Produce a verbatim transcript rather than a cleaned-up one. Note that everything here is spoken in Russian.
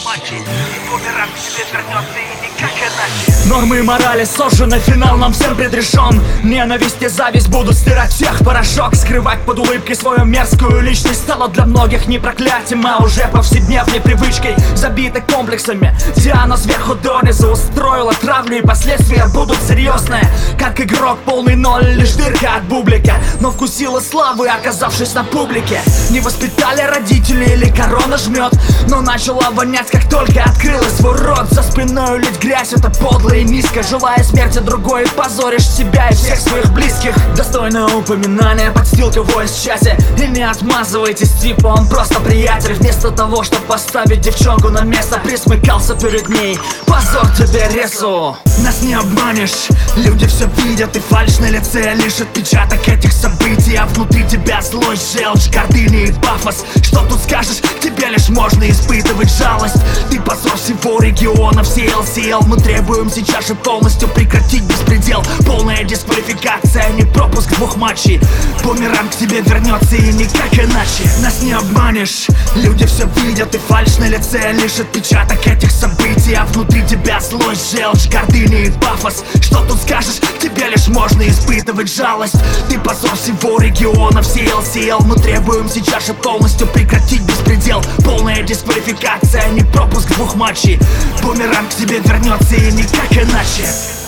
матчей. Бумеранг к тебе вернется и никак иначе. Нормы и морали сожжены, финал нам всем предрешен. Ненависть и зависть будут стирать всех в порошок. Скрывать под улыбкой свою мерзкую личность стало для многих не проклятием, а уже повседневной привычкой. Забиты комплексами, Диана сверху донизу устроила травлю, и последствия будут серьезные. Как игрок полный ноль, лишь дырка от бублика, но вкусила славы, оказавшись на публике. Не воспитали родители или корона жмет, но начала вонять, как только открыла свой рот. За спиной лить грязь, это подло и низко. Желая смерти другой, позоришь себя и всех своих близких. Достойное упоминание, подстилка воин в чате. И не отмазывайтесь, типа он просто приятель. Вместо того, чтобы поставить девчонку на место, присмыкался перед ней. Позор тебе, Ресу. Нас не обманешь, люди все видят, и фальшь на лице лишь отпечаток этих событий. А внутри тебя злость, желчь, гордыня и пафос. Что тут скажешь, к тебе лишь можно испытывать жалость. Ты позор всего региона, всеял, сеял. Мы требуем сейчас же полностью прекратить беспредел. Полная дисквалификация, не пропуск двух матчей. Бумеранг к тебе вернется и никак иначе. Нас не обманешь, люди все видят, и фальшь на лице лишь отпечаток этих событий. А внутри тебя злость, желчь, гордыня и пафос. Что тут скажешь, к тебе лишь можно испытывать жалость. Ты позор всего региона, всеял, сеял. Мы требуем сейчас же полностью прекратить беспредел. Полная дисквалификация, не пропуск двух матчей. Бумеранг к тебе вернется и никак иначе.